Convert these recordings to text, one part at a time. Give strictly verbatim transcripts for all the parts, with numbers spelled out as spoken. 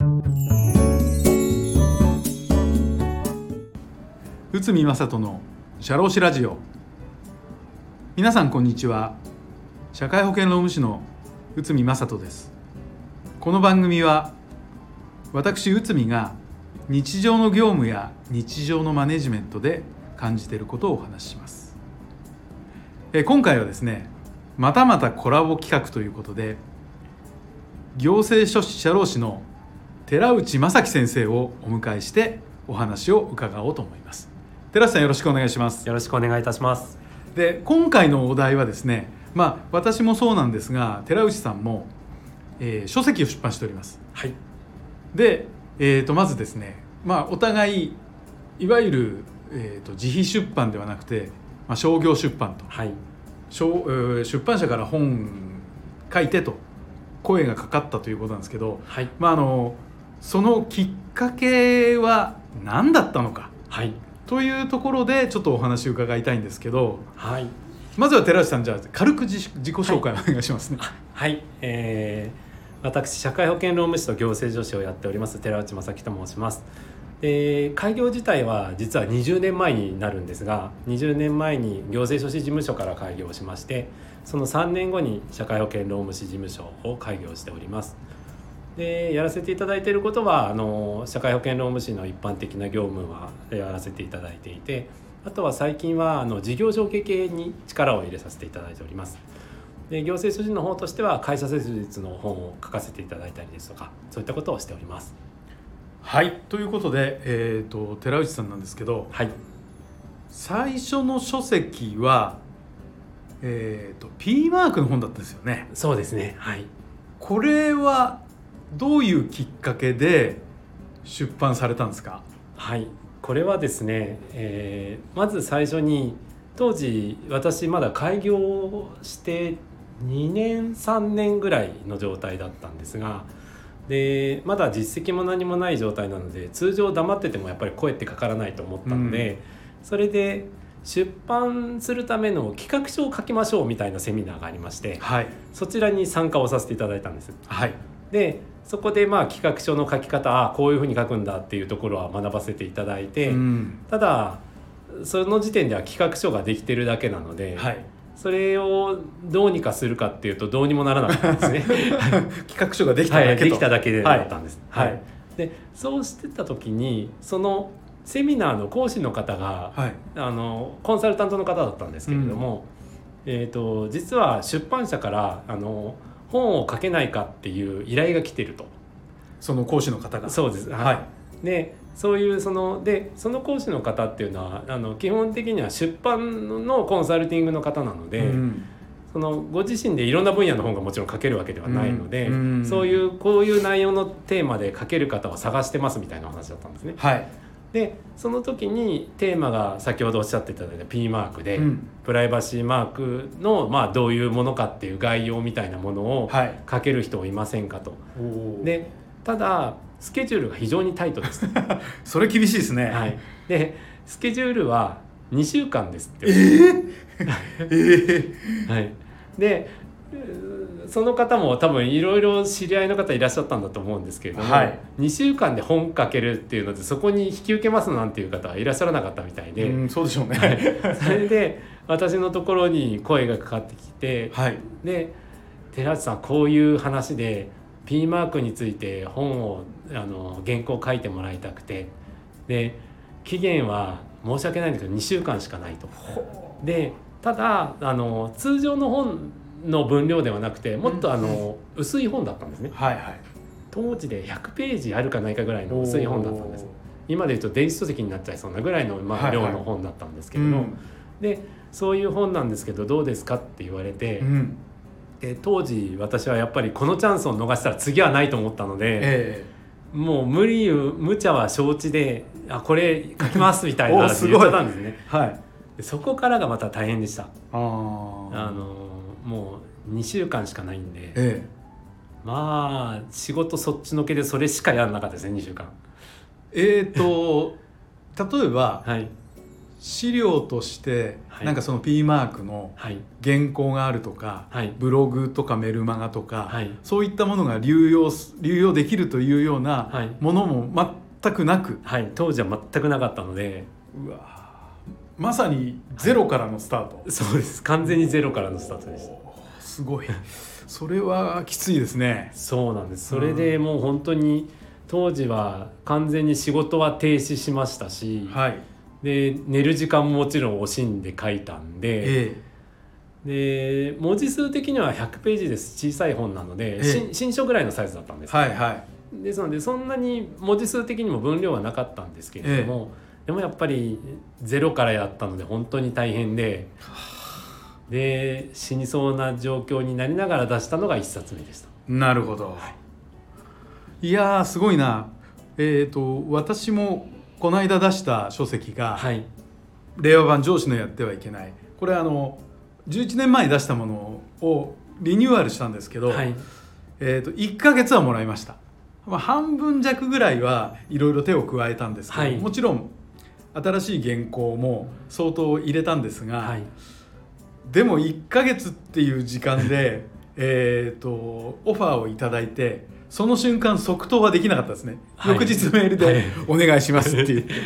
内海正人の社労士ラジオ。皆さんこんにちは。社会保険労務士の内海正人です。この番組は私内海が日常の業務や日常のマネジメントで感じていることをお話しします。え今回はですね、またまたコラボ企画ということで、行政書士社労士の寺内正樹先生をお迎えしてお話を伺おうと思います。寺内さん、よろしくお願いします。 よろしくお願いいたします。 で、今回のお題はですね、まあ私もそうなんですが、寺内さんも、えー、書籍を出版しております。 はい。 で、えー、とまずですね、まあお互いいわゆる、えー、と自費出版ではなくて、まあ、商業出版と、 はい、 出版社から本書いてと声がかかったということなんですけど、 はい、 まあ、あのそのきっかけは何だったのか、 はい、 というところでちょっとお話を伺いたいんですけど、 はい、 まずは寺内さん、じゃあ軽く 自, 自己紹介をお願いしますね。 はい、はい、えー、私社会保険労務士と行政書士をやっております寺内正樹と申します。で、開業自体は実はにじゅうねんまえになるんですが、にじゅうねんまえに行政書士事務所から開業しまして、そのさんねんごに社会保険労務士事務所を開業しております。で、やらせていただいていることはあの社会保険労務士の一般的な業務はやらせていただいていて、あとは最近はあの事業承継系に力を入れさせていただいております。で、行政書士の方としては会社設立の本を書かせていただいたりですとか、そういったことをしております。 はい、ということで、えー、と寺内さんなんですけど、 はい、 最初の書籍は、えー、と P マークの本だったんですよね。 そうですね。はい。 これはどういうきっかけで出版されたんですか？ はい、これはですね、えー、まず最初に当時私まだ開業してにねんさんねんぐらいの状態だったんですが、でまだ実績も何もない状態なので、通常黙っててもやっぱり声ってかからないと思ったので、うん、それで出版するための企画書を書きましょうみたいなセミナーがありまして、はい、そちらに参加をさせていただいたんです。はい、でそこでまあ企画書の書き方、あこういうふうに書くんだっていうところは学ばせていただいて、うん、ただその時点では企画書ができてるだけなので、はい、それをどうにかするかっていうとどうにもならなかったんですね。 企画書ができただけと、 はい、できただけでだったんです。 はいはい、 でそうしてた時にそのセミナーの講師の方が、はい、あのコンサルタントの方だったんですけれども、うん、えーと、実は出版社からあの本を書けないかっていう依頼が来てると。 その講師の方が。 そうです。はい。でそういうそのでその講師の方っていうのはあの基本的には出版のコンサルティングの方なので、うん、そのご自身でいろんな分野の本がもちろん書けるわけではないので、うんうん、そういうこういう内容のテーマで書ける方を探してますみたいな話だったんですね。はい。でその時にテーマが先ほどおっしゃっていただいた P マークで、うん、プライバシーマークの、まあ、どういうものかっていう概要みたいなものを書ける人いませんかと。はい、でただスケジュールが非常にタイトです。 それ厳しいですね。 はい、でスケジュールはにしゅうかんですって。 えーえーはい、でその方も多分いろいろ知り合いの方いらっしゃったんだと思うんですけれども、はい、にしゅうかんで本書けるっていうのでそこに引き受けますなんていう方はいらっしゃらなかったみたいで、 うん、そうでしょうね。 はい、それで私のところに声がかかってきて、はい、で寺内さんこういう話で P マークについて本をあの原稿書いてもらいたくて、で期限は申し訳ないんだけどにしゅうかんしかないと。でただあの通常の本の分量ではなくてもっとあの、うん、薄い本だったんですね。はいはい、当時でひゃくページあるかないかぐらいの薄い本だったんです。今でいうと電子書籍になっちゃいそうなぐらいの、まあ、量の本だったんですけれど、はいはい、うん、でそういう本なんですけどどうですかって言われて、うん、で当時私はやっぱりこのチャンスを逃したら次はないと思ったので、えー、もう無理無茶は承知であこれ書きますみたいな話言っちゃったんですね。はい、でそこからがまた大変でした。ああのもうにしゅうかんしかないんで、ええ、まあ仕事そっちのけでそれしかやらなかったですねにしゅうかん。 えーと例えば、はい、 資料として、はい、なんかその P マークの原稿があるとか、はい、ブログとかメルマガとか、はい、そういったものが流用、流用できるというようなものも全くなく、 はいはい、当時は全くなかったので、 うわまさにゼロからのスタート、 はい、そうです。完全にゼロからのスタートでした。 すごいそれはきついですね。 そうなんです。それでもう本当に当時は完全に仕事は停止しましたし、はい、で寝る時間ももちろん惜しんで書いたんで、ええ、で文字数的にはひゃくページです。小さい本なので、ええ、新書ぐらいのサイズだったんです、はいはい、ですのでそんなに文字数的にも分量はなかったんですけれども、ええ、でもやっぱりゼロからやったので本当に大変で、で死にそうな状況になりながら出したのがいっさつめでした。 なるほど、はい、いやーすごいな。えーと私もこの間出した書籍が、はい、令和版上司のやってはいけない、これあのじゅういちねんまえに出したものをリニューアルしたんですけど、はい、えーといっかげつはもらいました。まあ、半分弱ぐらいはいろいろ手を加えたんですけど、はい、もちろん新しい原稿も相当入れたんですが、はい、でもいっかげつっていう時間でえーとオファーをいただいて、その瞬間即答はできなかったですね、はい、翌日メールでお願いしますっていう、はい、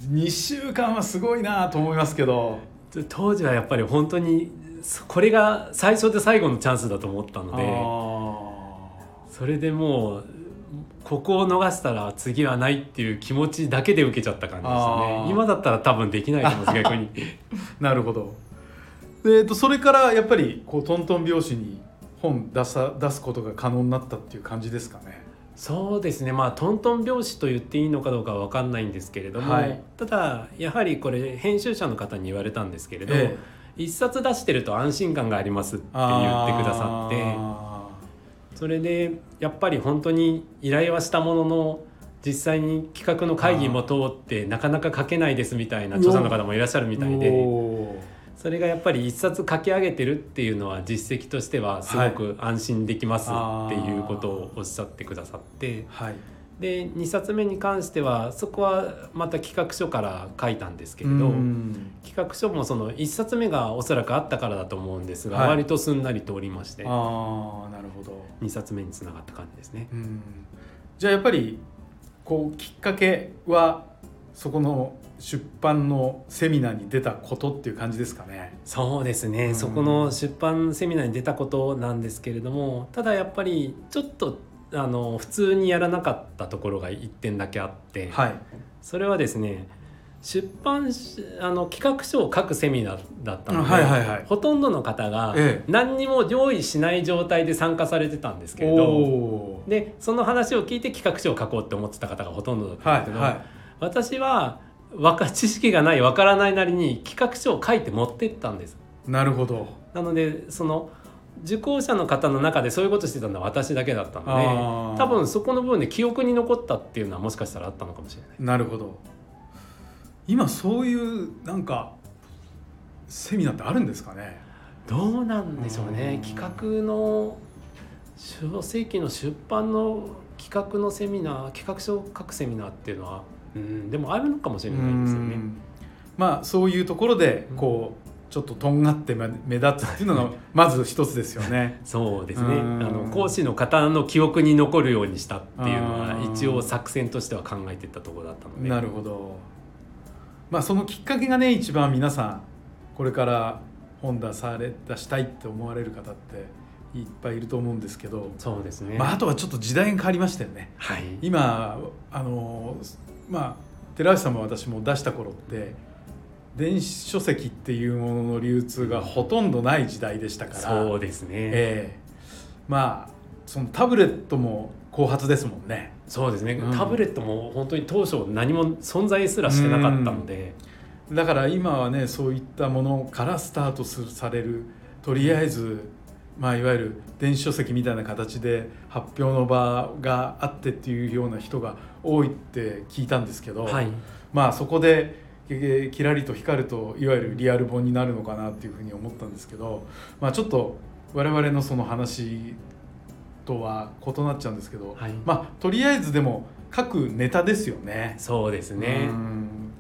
にしゅうかんはすごいなと思いますけど、 当時はやっぱり本当にこれが最初で最後のチャンスだと思ったので、それでもうここを逃したら次はないっていう気持ちだけで受けちゃった感じでしたね。今だったら多分できないと思います逆になるほど。で、えっと、それからやっぱりこうトントン拍子に本出さ出すことが可能になったっていう感じですかね。 そうですね、まあトントン拍子と言っていいのかどうかは分かんないんですけれども、はい、ただやはりこれ編集者の方に言われたんですけれど、ええ、一冊出してると安心感がありますって言ってくださって、それでやっぱり本当に依頼はしたものの実際に企画の会議も通ってなかなか書けないですみたいな著者の方もいらっしゃるみたいで、それがやっぱり一冊書き上げてるっていうのは実績としてはすごく安心できますっていうことをおっしゃってくださって、はい、でにさつめに関してはそこはまた企画書から書いたんですけれど、企画書もそのいっさつめがおそらくあったからだと思うんですが、はい、割とすんなり通りまして、あー、なるほど、 にさつめにつながった感じですね。うん、 じゃあやっぱりこうきっかけはそこの出版のセミナーに出たことっていう感じですかね。 そうですね、うん、そこの出版セミナーに出たことなんですけれども、ただやっぱりちょっとあの普通にやらなかったところがいってんだけあって、はい、それはですね、出版あの企画書を書くセミナーだったので、はいはいはい、ほとんどの方が何にも用意しない状態で参加されてたんですけれど、でその話を聞いて企画書を書こうって思ってた方がほとんどだったんですけど、はいはい、私は知識がないわからないなりに企画書を書いて持ってったんです。 なるほど。 なのでその受講者の方の中でそういうことしてたのは私だけだったので、多分そこの部分で記憶に残ったっていうのはもしかしたらあったのかもしれない。 なるほど。今そういうなんかセミナーってあるんですかね。 どうなんでしょうね。企画の書籍の出版の企画のセミナー、企画書を書くセミナーっていうのはうん、でもあるのかもしれないですよね。 まあそういうところでこうちょっととんがって目立つっていうのがまず一つですよね。 そうですね、あの講師の方の記憶に残るようにしたっていうのは一応作戦としては考えていったところだったので。 なるほど。まあそのきっかけがね、一番皆さんこれから本出され出したいって思われる方っていっぱいいると思うんですけど、 そうですね、 まあ、あとはちょっと時代が変わりましたよね、はい、今あのまあ寺内さんも私も出した頃って電子書籍っていうものの流通がほとんどない時代でしたから。 そうですね、えー、まあそのタブレットも後発ですもんね。 そうですね、うん、タブレットも本当に当初何も存在すらしてなかったので、 うん、だから今はねそういったものからスタートされる、とりあえずまあ、いわゆる電子書籍みたいな形で発表の場があってっていうような人が多いって聞いたんですけど、はい、まあそこでキラリと光るといわゆるリアル本になるのかなっていうふうに思ったんですけど、まあ、ちょっと我々のその話とは異なっちゃうんですけど、はい、まあとりあえずでも書くネタですよね。 そうですね、うん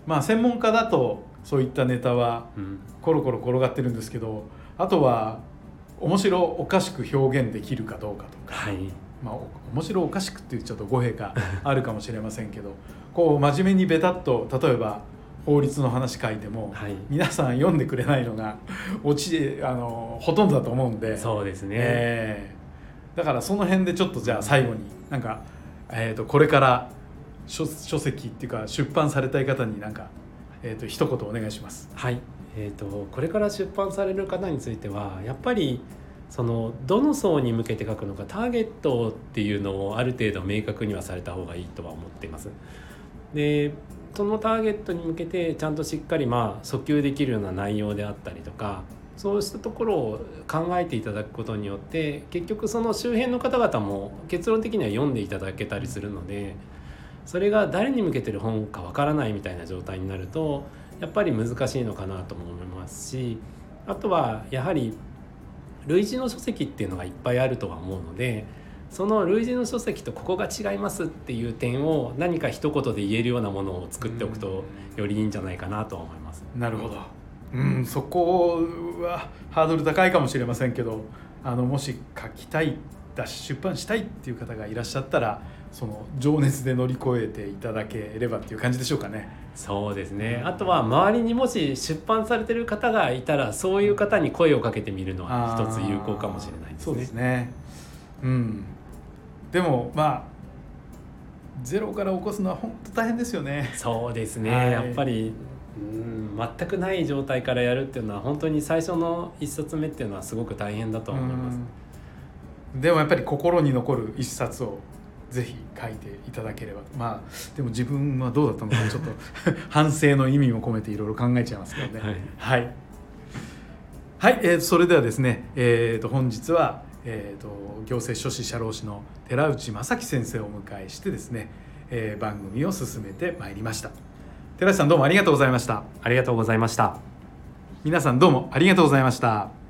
まあ専門家だとそういったネタはコロコロ転がってるんですけど、あとは面白おかしく表現できるかどうかとか、 はい、 まあ、面白おかしくっていうちょっと語弊があるかもしれませんけどこう真面目にベタっと例えば法律の話書いても、はい、皆さん読んでくれないのが落ちあのほとんどだと思うんで、 そうですね、 えー、だからその辺でちょっとじゃあ最後になんか、えー、とこれから書, 書籍っていうか出版されたい方になんか、えー、と一言お願いします。 はい、えー、とこれから出版される方についてはやっぱりそのどの層に向けて書くのかターゲットっていうのをある程度明確にはされた方がいいとは思っています。でそのターゲットに向けてちゃんとしっかりまあ訴求できるような内容であったりとかそうしたところを考えていただくことによって結局その周辺の方々も結論的には読んでいただけたりするので、それが誰に向けてる本かわからないみたいな状態になるとやっぱり難しいのかなとも思いますし、あとはやはり類似の書籍っていうのがいっぱいあるとは思うので、その類似の書籍とここが違いますっていう点を何か一言で言えるようなものを作っておくとよりいいんじゃないかなと思います。 なるほど、うん、そこはハードル高いかもしれませんけど、あのもし書きたいだし出版したいっていう方がいらっしゃったらその情熱で乗り越えていただければっていう感じでしょうかね。 そうですね。あとは周りにもし出版されてる方がいたらそういう方に声をかけてみるのは一つ有効かもしれないですね。 そうですね、うん、でもまあゼロから起こすのは本当大変ですよね。 そうですね、はい、やっぱりうん全くない状態からやるっていうのは本当に最初の一冊目っていうのはすごく大変だと思います。 でもやっぱり心に残る一冊をぜひ書いていただければ。まあでも自分はどうだったのかちょっと反省の意味も込めていろいろ考えちゃいますけどね。はい、はいはい、えー、それではですね、えー、と本日は、えー、と行政書士社労士の寺内正樹先生をお迎えしてですね、えー、番組を進めてまいりました。寺内さんどうもありがとうございました。 ありがとうございました。 皆さんどうもありがとうございました。